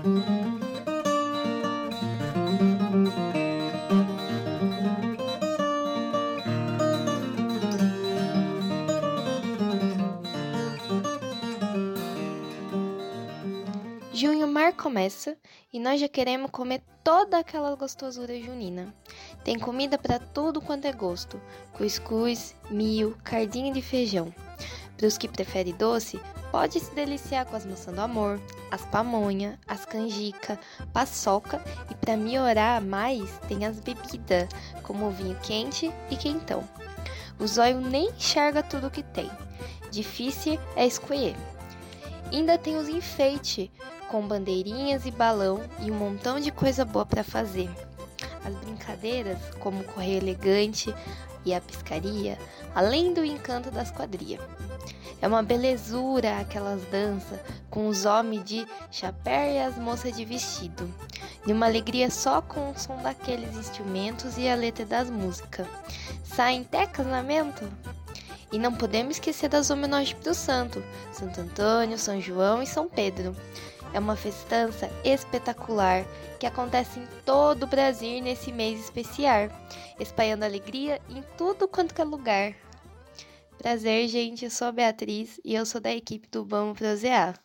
Junho mar começa e nós já queremos comer toda aquela gostosura junina. Tem comida para tudo quanto é gosto: cuscuz, milho, cardinha de feijão. Para os que preferem doce, pode se deliciar com as maçãs do amor, as pamonha, as canjica, paçoca e para melhorar mais tem as bebidas, como o vinho quente e quentão. O zóio nem enxerga tudo que tem. Difícil é escolher. Ainda tem os enfeites, com bandeirinhas e balão e um montão de coisa boa para fazer. As brincadeiras, como o correio elegante e a piscaria, além do encanto das quadrilhas. É uma belezura aquelas danças, com os homens de chapéu e as moças de vestido. E uma alegria só com o som daqueles instrumentos e a letra das músicas. Saem até casamento? E não podemos esquecer das homenagens para o santo Antônio, São João e São Pedro. É uma festança espetacular que acontece em todo o Brasil nesse mês especial, espalhando alegria em tudo quanto é lugar. Prazer, gente, eu sou a Beatriz e eu sou da equipe do Vamos Prosear.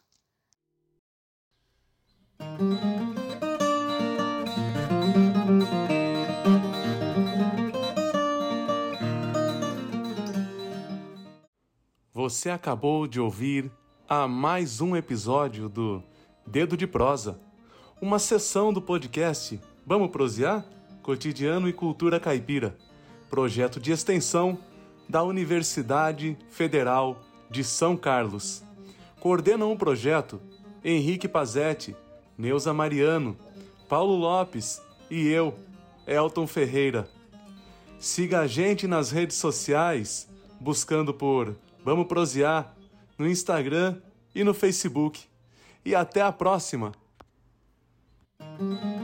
Você acabou de ouvir a mais um episódio do Dedo de Prosa, uma sessão do podcast Vamos Prosear? Cotidiano e Cultura Caipira, projeto de extensão da Universidade Federal de São Carlos. Coordenam o projeto Henrique Pazetti, Neuza Mariano, Paulo Lopes e eu, Elton Ferreira. Siga a gente nas redes sociais, buscando por Vamos Prosear no Instagram e no Facebook. E até a próxima!